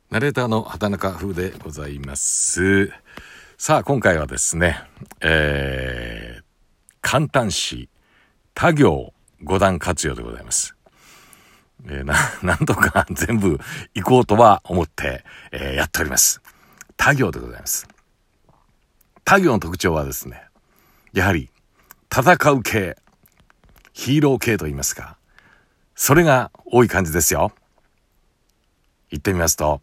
ナレーターの畑中風でございます。さあ今回はですね、簡単詞他行5段活用でございます。なんとか全部行こうとは思って、やっております。他行でございます。他行の特徴はですね、やはり戦う系、ヒーロー系と言いますか、それが多い感じですよ。言ってみますと、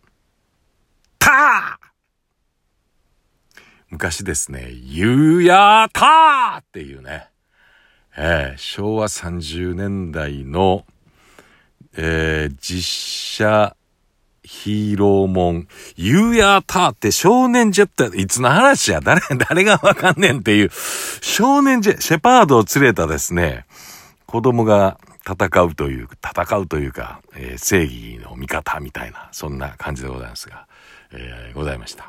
昔ですね、ゆうやたーっていうね、昭和30年代の、実写ヒーローもん、ゆうやたーって少年ジェット、いつの話や、誰がわかんねんっていう、少年シェパードを連れたですね、子供が戦うというか、正義の味方みたいな、そんな感じでございますが、ございました。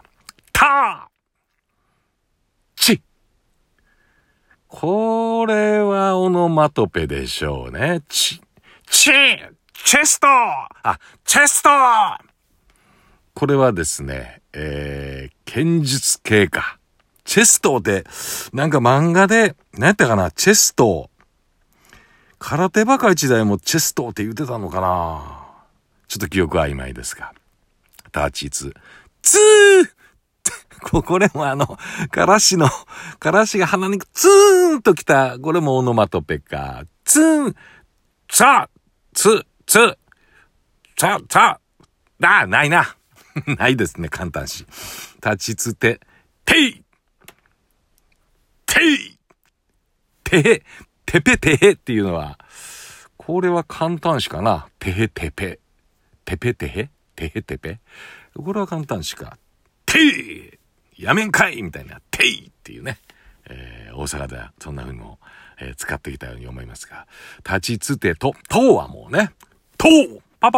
これはオノマトペでしょうね。チェストこれはですね、剣術系か。チェストって、なんか漫画で、何やったかな、チェスト。空手バカ一代もチェストって言ってたのかな。ちょっと記憶は曖昧ですが。ツーこれもからしが鼻にツーンときた、これもオノマトペか。ツーン、ないな。ないですね、簡単詞。立ちつて、てぺっていうのは、これは簡単詞かな。てへてぺ。これは簡単詞か。やめんかいみたいな、っていうね。大阪ではそんな風にも、使ってきたように思いますが。立ちつてとはもうね。パ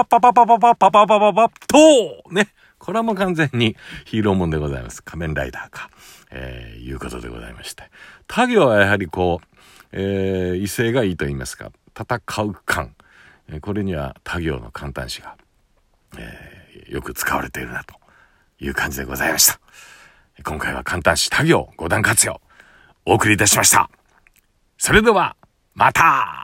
ね。これはもう完全にヒーローもんでございます。仮面ライダーか。いうことでございまして。他行はやはり威勢がいいと言いますか、戦う感。これには他行の簡単詞が、よく使われているなという感じでございました。今回は簡単詞他行5段活用お送りいたしました。それではまた。